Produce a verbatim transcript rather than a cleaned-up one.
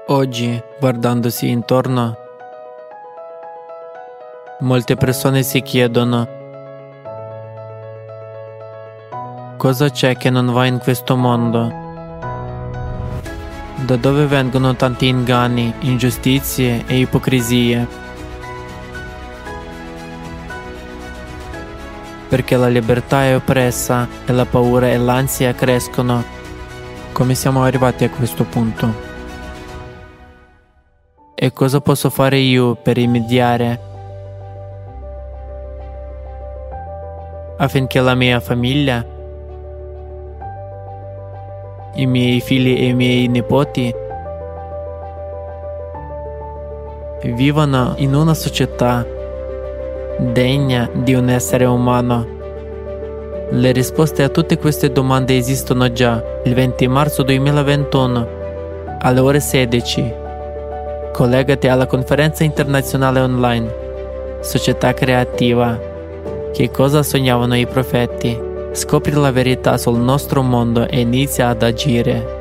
Oggi, guardandosi intorno, molte persone si chiedono: cosa c'è che non va in questo mondo? Da dove vengono tanti inganni, ingiustizie e ipocrisie? Perché la libertà è oppressa e la paura e l'ansia crescono. Come siamo arrivati a questo punto? E cosa posso fare io per rimediare affinché la mia famiglia, i miei figli e i miei nipoti vivano in una società degna di un essere umano? Le risposte a tutte queste domande esistono già. Il venti marzo duemilaventuno alle ore sedici. Collegati alla conferenza internazionale online Società creativa. Che cosa sognavano i profeti? Scopri la verità sul nostro mondo e inizia ad agire.